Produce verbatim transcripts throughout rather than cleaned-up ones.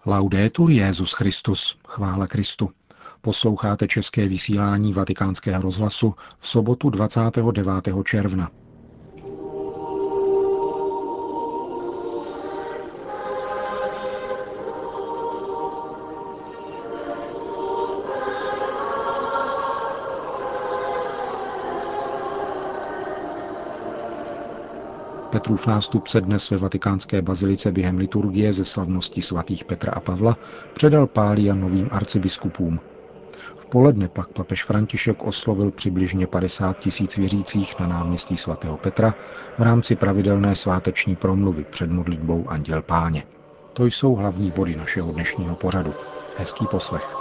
Laudetur Jesus Christus, chvála Kristu. Posloucháte české vysílání Vatikánského rozhlasu v sobotu dvacátého devátého června. Petrův nástupce dnes ve vatikánské bazilice během liturgie ze slavnosti svatých Petra a Pavla předal pália novým arcibiskupům. V poledne pak papež František oslovil přibližně padesát tisíc věřících na náměstí svatého Petra v rámci pravidelné sváteční promluvy před modlitbou Anděl Páně. To jsou hlavní body našeho dnešního pořadu. Hezký poslech.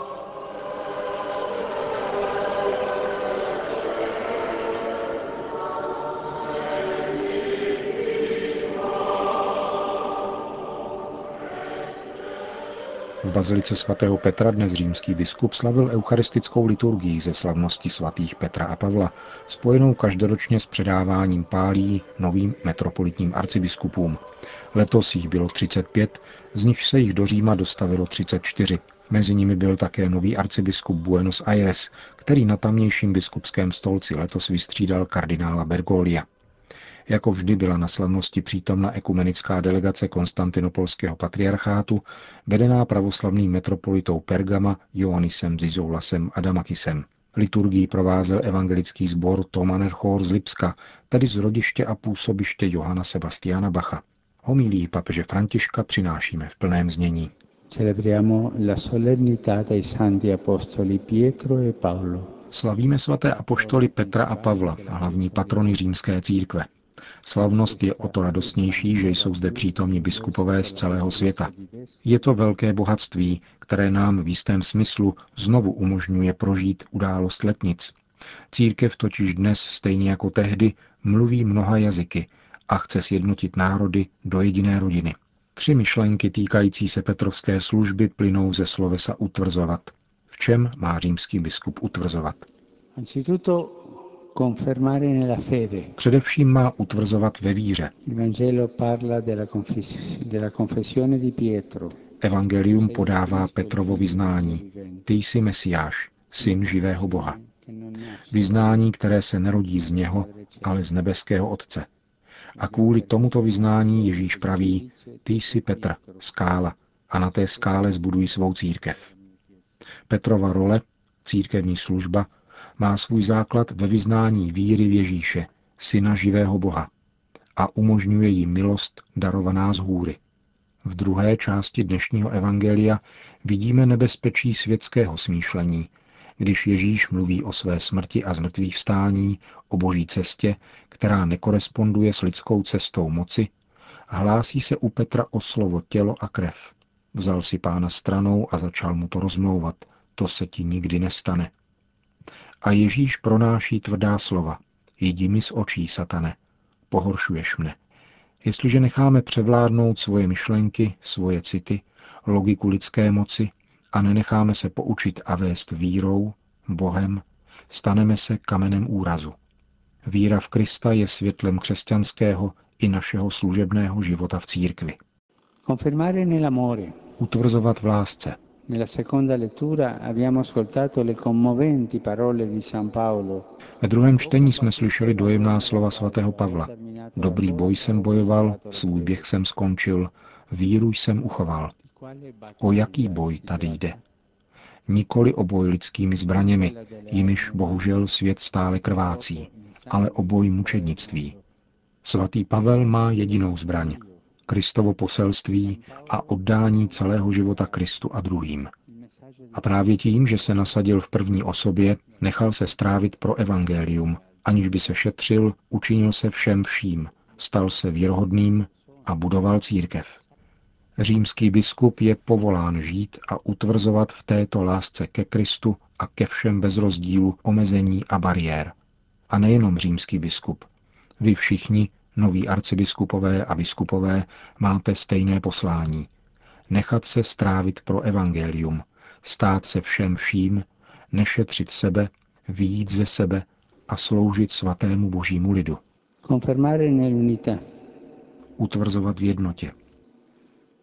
V bazilice svatého Petra dnes římský biskup slavil eucharistickou liturgii ze slavnosti svatých Petra a Pavla, spojenou každoročně s předáváním pálí novým metropolitním arcibiskupům. Letos jich bylo třicet pět, z nich se jich do Říma dostavilo třicet čtyři. Mezi nimi byl také nový arcibiskup Buenos Aires, který na tamějším biskupském stolci letos vystřídal kardinála Bergoglio. Jako vždy byla na slavnosti přítomna ekumenická delegace Konstantinopolského patriarchátu, vedená pravoslavným metropolitou Pergama Ioannisem Zizoulasem Adamakisem. Liturgii provázel evangelický sbor Thomanerchor z Lipska, tedy z rodiště a působiště Johana Sebastiana Bacha. Homilii papeže Františka přinášíme v plném znění. Celebriamo la solennità dei santi apostoli Pietro e Paolo. Slavíme svaté apoštoly Petra a Pavla, hlavní patrony římské církve. Slavnost je o to radostnější, že jsou zde přítomni biskupové z celého světa. Je to velké bohatství, které nám v jistém smyslu znovu umožňuje prožít událost letnic. Církev totiž dnes, stejně jako tehdy, mluví mnoha jazyky a chce sjednotit národy do jediné rodiny. Tři myšlenky týkající se petrovské služby plynou ze slovesa utvrzovat. V čem má římský biskup utvrzovat? Především má utvrzovat ve víře. Evangelium podává Petrovo vyznání. Ty jsi Mesiáš, syn živého Boha. Vyznání, které se nerodí z něho, ale z nebeského Otce. A kvůli tomuto vyznání Ježíš praví, ty jsi Petr, skála, a na té skále zbuduj svou církev. Petrova role, církevní služba, má svůj základ ve vyznání víry v Ježíše, syna živého Boha, a umožňuje jí milost darovaná z hůry. V druhé části dnešního evangelia vidíme nebezpečí světského smýšlení, když Ježíš mluví o své smrti a zmrtvýchvstání, o boží cestě, která nekoresponduje s lidskou cestou moci, hlásí se u Petra o slovo tělo a krev. Vzal si Pána stranou a začal mu to rozmlouvat. To se ti nikdy nestane. A Ježíš pronáší tvrdá slova. Jdi mi z očí, satane. Pohoršuješ mne. Jestliže necháme převládnout svoje myšlenky, svoje city, logiku lidské moci a nenecháme se poučit a vést vírou, Bohem, staneme se kamenem úrazu. Víra v Krista je světlem křesťanského i našeho služebného života v církvi. Utvrzovat v lásce. Ve druhém čtení jsme slyšeli dojemná slova svatého Pavla. Dobrý boj jsem bojoval, svůj běh jsem skončil, víru jsem uchoval. O jaký boj tady jde? Nikoli o boj lidskými zbraněmi, jimiž bohužel svět stále krvácí, ale o boj mučednictví. Svatý Pavel má jedinou zbraň, Kristovo poselství a oddání celého života Kristu a druhým. A právě tím, že se nasadil v první osobě, nechal se strávit pro evangelium, aniž by se šetřil, učinil se všem vším, stal se věrohodným a budoval církev. Římský biskup je povolán žít a utvrzovat v této lásce ke Kristu a ke všem bez rozdílu, omezení a bariér. A nejenom římský biskup. Vy všichni, noví arcibiskupové a biskupové, máte stejné poslání. Nechat se strávit pro evangelium, stát se všem vším, nešetřit sebe, vyjít ze sebe a sloužit svatému božímu lidu. Utvrzovat v jednotě.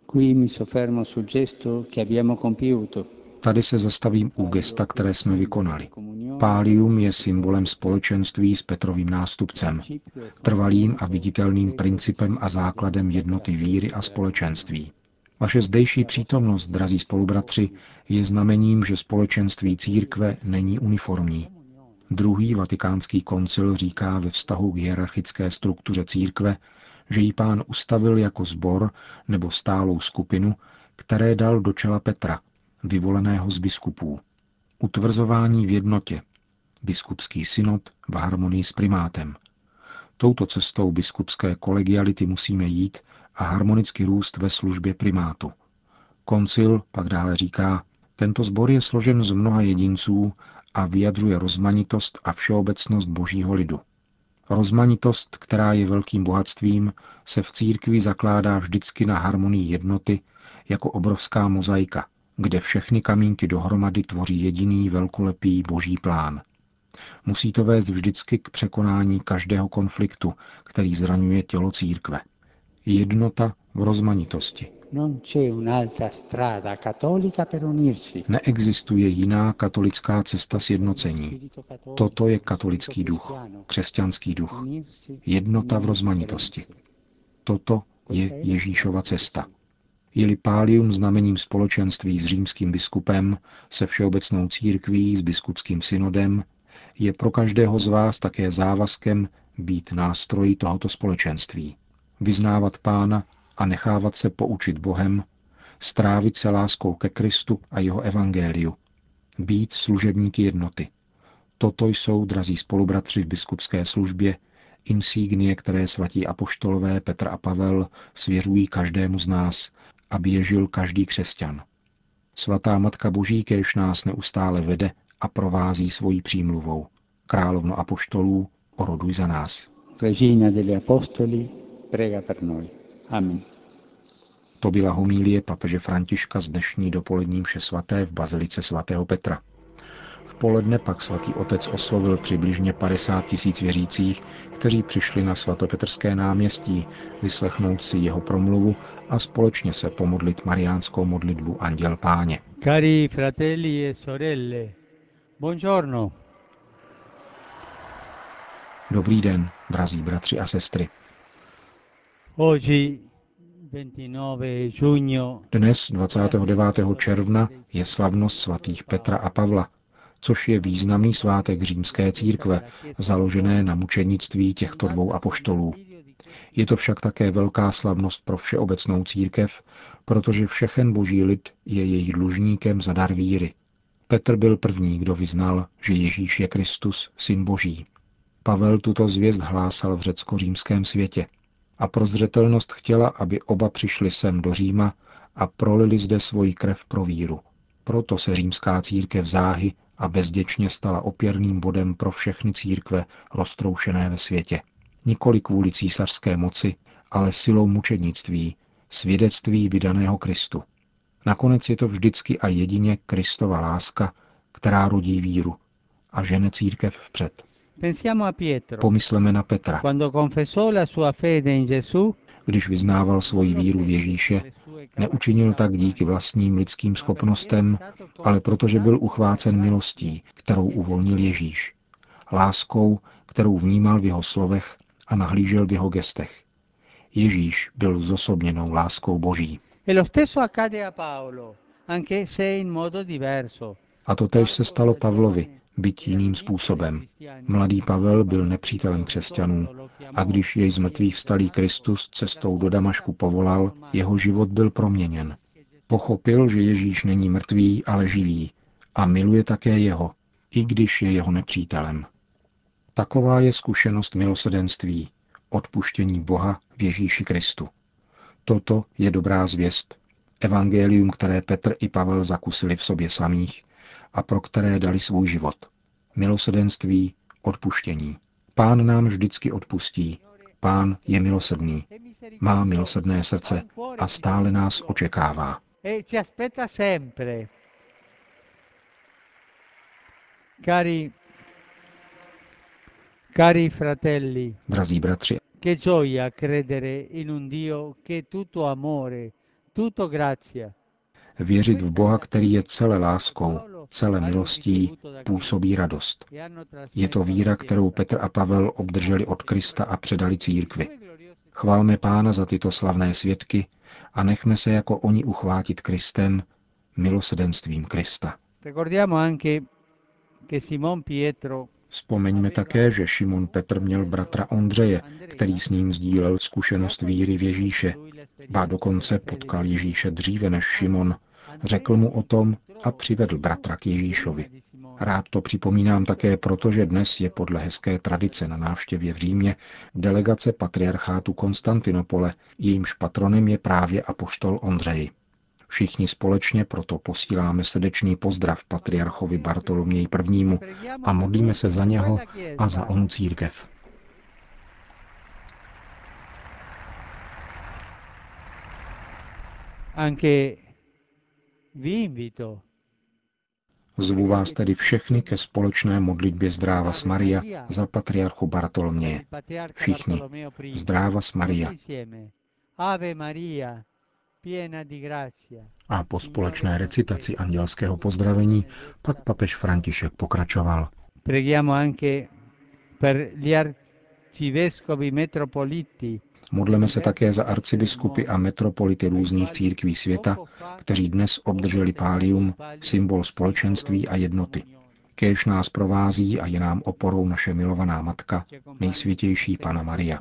Qui mi soffermo sul gesto che abbiamo compiuto. Tady se zastavím u gesta, které jsme vykonali. Pálium je symbolem společenství s Petrovým nástupcem, trvalým a viditelným principem a základem jednoty víry a společenství. Vaše zdejší přítomnost, drazí spolubratři, je znamením, že společenství církve není uniformní. Druhý vatikánský koncil říká ve vztahu k hierarchické struktuře církve, že ji Pán ustavil jako sbor nebo stálou skupinu, které dal do čela Petra, vyvoleného z biskupů. Utvrzování v jednotě. Biskupský synod v harmonii s primátem. Touto cestou biskupské kolegiality musíme jít a harmonicky růst ve službě primátu. Koncil pak dále říká, tento sbor je složen z mnoha jedinců a vyjadřuje rozmanitost a všeobecnost božího lidu. Rozmanitost, která je velkým bohatstvím, se v církvi zakládá vždycky na harmonii jednoty jako obrovská mozaika, kde všechny kamínky dohromady tvoří jediný velkolepý boží plán. Musí to vést vždycky k překonání každého konfliktu, který zraňuje tělo církve. Jednota v rozmanitosti. Neexistuje jiná katolická cesta sjednocení. Toto je katolický duch, křesťanský duch. Jednota v rozmanitosti. Toto je Ježíšova cesta. Je-li pálium znamením společenství s římským biskupem, se všeobecnou církví, s biskupským synodem, je pro každého z vás také závazkem být nástroji tohoto společenství. Vyznávat Pána a nechávat se poučit Bohem, strávit se láskou ke Kristu a jeho evangeliu, být služebníky jednoty. Toto jsou, drazí spolubratři v biskupské službě, insignie, které svatí apoštolové Petr a Pavel svěřují každému z nás, aby je žil každý křesťan. Svatá Matka Boží kéž nás neustále vede a provází svojí přímluvou. Královno apoštolů, oroduj za nás. Regina degli Apostoli, prega per noi. Amen. To byla homilie papeže Františka z dnešní dopolední mše svaté v bazilice svatého Petra. V poledne pak svatý otec oslovil přibližně padesát tisíc věřících, kteří přišli na svatopetrské náměstí vyslechnout si jeho promluvu a společně se pomodlit mariánskou modlitbu Anděl Páně. Cari fratelli e sorelle, buongiorno. Dobrý den, drazí bratři a sestry. Oggi ventinove giugno. Dnes, dvacátého devátého června, je slavnost svatých Petra a Pavla, což je významný svátek římské církve, založené na mučednictví těchto dvou apoštolů. Je to však také velká slavnost pro všeobecnou církev, protože všechen boží lid je jejich dlužníkem za dar víry. Petr byl první, kdo vyznal, že Ježíš je Kristus, syn Boží. Pavel tuto zvěst hlásal v řecko-římském světě a pro zřetelnost chtěla, aby oba přišli sem do Říma a prolili zde svoji krev pro víru. Proto se římská církev záhy a bezděčně stala opěrným bodem pro všechny církve roztroušené ve světě. Nikoli kvůli císařské moci, ale silou mučednictví, svědectví vydaného Kristu. Nakonec je to vždycky a jedině Kristova láska, která rodí víru a žene církev vpřed. Pomysleme na Petra. Když vyznával svoji víru v Ježíše, neučinil tak díky vlastním lidským schopnostem, ale protože byl uchvácen milostí, kterou uvolnil Ježíš. Láskou, kterou vnímal v jeho slovech a nahlížel v jeho gestech. Ježíš byl zosobněnou láskou Boží. A totéž se stalo Pavlovi, byť jiným způsobem. Mladý Pavel byl nepřítelem křesťanů a když jej z mrtvých vstalý Kristus cestou do Damašku povolal, jeho život byl proměněn. Pochopil, že Ježíš není mrtvý, ale živý a miluje také jeho, i když je jeho nepřítelem. Taková je zkušenost milosrdenství, odpuštění Boha v Ježíši Kristu. Toto je dobrá zvěst, evangelium, které Petr i Pavel zakusili v sobě samých a pro které dali svůj život. Milosrdenství, odpuštění. Pán nám vždycky odpustí. Pán je milosrdný. Má milosrdné srdce a stále nás očekává. Cari, cari fratelli, drazí bratři, che gioia credere in un Dio che è tutto amore, Věřit v Boha, který je celé láskou, celé milostí, působí radost. Je to víra, kterou Petr a Pavel obdrželi od Krista a předali církvi. Chvalme Pána za tyto slavné svědky a nechme se jako oni uchvátit Kristem, milosedenstvím Krista. Vzpomeňme také, že Šimon Petr měl bratra Ondřeje, který s ním sdílel zkušenost víry v Ježíše. Ba dokonce potkal Ježíše dříve než Šimon. Řekl mu o tom a přivedl bratra k Ježíšovi. Rád to připomínám také proto, že dnes je podle hezké tradice na návštěvě v Římě delegace patriarchátu Konstantinopole, jejímž patronem je právě apoštol Ondřej. Všichni společně proto posíláme srdečný pozdrav patriarchovi Bartoloměji prvnímu a modlíme se za něho a za onu církev. Zvu vás tedy všechny ke společné modlitbě Zdrávas Maria za patriarchu Bartoloměje. Všichni. Zdrávas Maria. A po společné recitaci andělského pozdravení pak papež František pokračoval. Modleme se také za arcibiskupy a metropolity různých církví světa, kteří dnes obdrželi pálium, symbol společenství a jednoty. Kéž nás provází a je nám oporou naše milovaná matka, nejsvětější Panna Maria.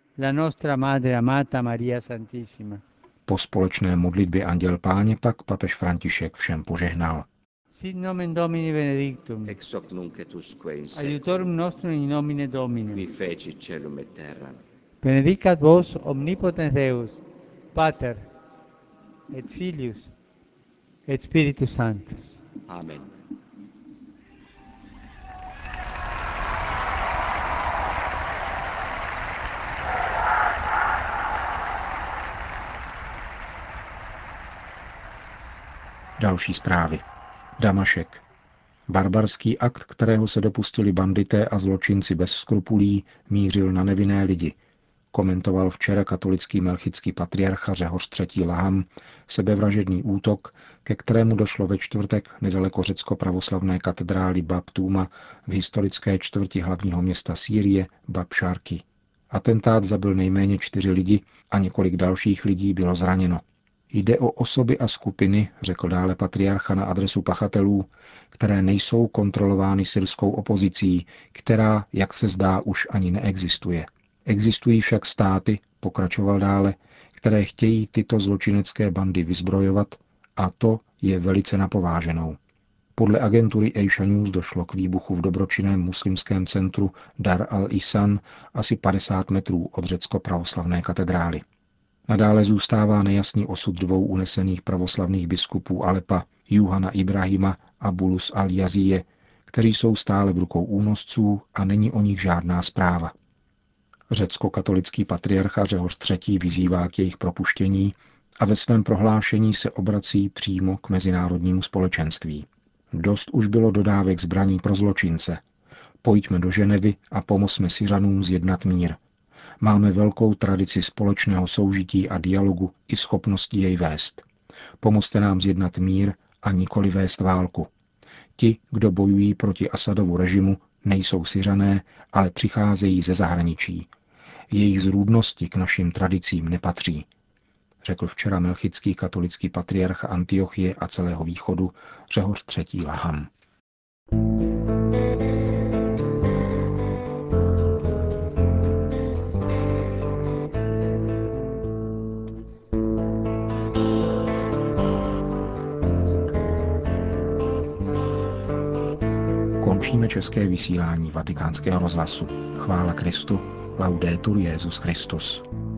Po společné modlitbě Anděl Páně pak papež František všem požehnal. Sit nomen Domini benedictum. Ex hoc nunc et usque in Aiutorium nostrum in nomine Domini. qui feci caelum et terram. Benedicat vos omnipotens Deus, Pater et Filius et Spiritus Sanctus. Amen. Další zprávy. Damašek. Barbarský akt, kterého se dopustili bandité a zločinci bez skrupulí, mířil na nevinné lidi, komentoval včera katolický melchický patriarcha Řehoř třetí. Laham sebevražedný útok, ke kterému došlo ve čtvrtek nedaleko řecko-pravoslavné katedrály Bab Tuma v historické čtvrti hlavního města Sýrie Bab Šarki. Atentát zabil nejméně čtyři lidi a několik dalších lidí bylo zraněno. Jde o osoby a skupiny, řekl dále patriarcha na adresu pachatelů, které nejsou kontrolovány syrskou opozicí, která, jak se zdá, už ani neexistuje. Existují však státy, pokračoval dále, které chtějí tyto zločinecké bandy vyzbrojovat a to je velice napováženou. Podle agentury Asia News došlo k výbuchu v dobročinném muslimském centru Dar al-Isan asi padesát metrů od řecko-pravoslavné katedrály. Nadále zůstává nejasný osud dvou unesených pravoslavných biskupů Alepa, Juhana Ibrahima a Bulus al-Jazije, kteří jsou stále v rukou únosců a není o nich žádná zpráva. Řecko-katolický patriarcha Řehoř třetí. Vyzývá k jejich propuštění a ve svém prohlášení se obrací přímo k mezinárodnímu společenství. Dost už bylo dodávek zbraní pro zločince. Pojďme do Ženevy a pomozme Syřanům zjednat mír. Máme velkou tradici společného soužití a dialogu i schopnosti jej vést. Pomozte nám zjednat mír a nikoli vést válku. Ti, kdo bojují proti Asadovu režimu, nejsou Syřané, ale přicházejí ze zahraničí. Jejich zrůdnosti k našim tradicím nepatří, řekl včera melchický katolický patriarcha Antiochie a celého východu Řehoř třetí. Laham. Končíme české vysílání Vatikánského rozhlasu. Chvála Kristu. Laudetur Jesus Christus.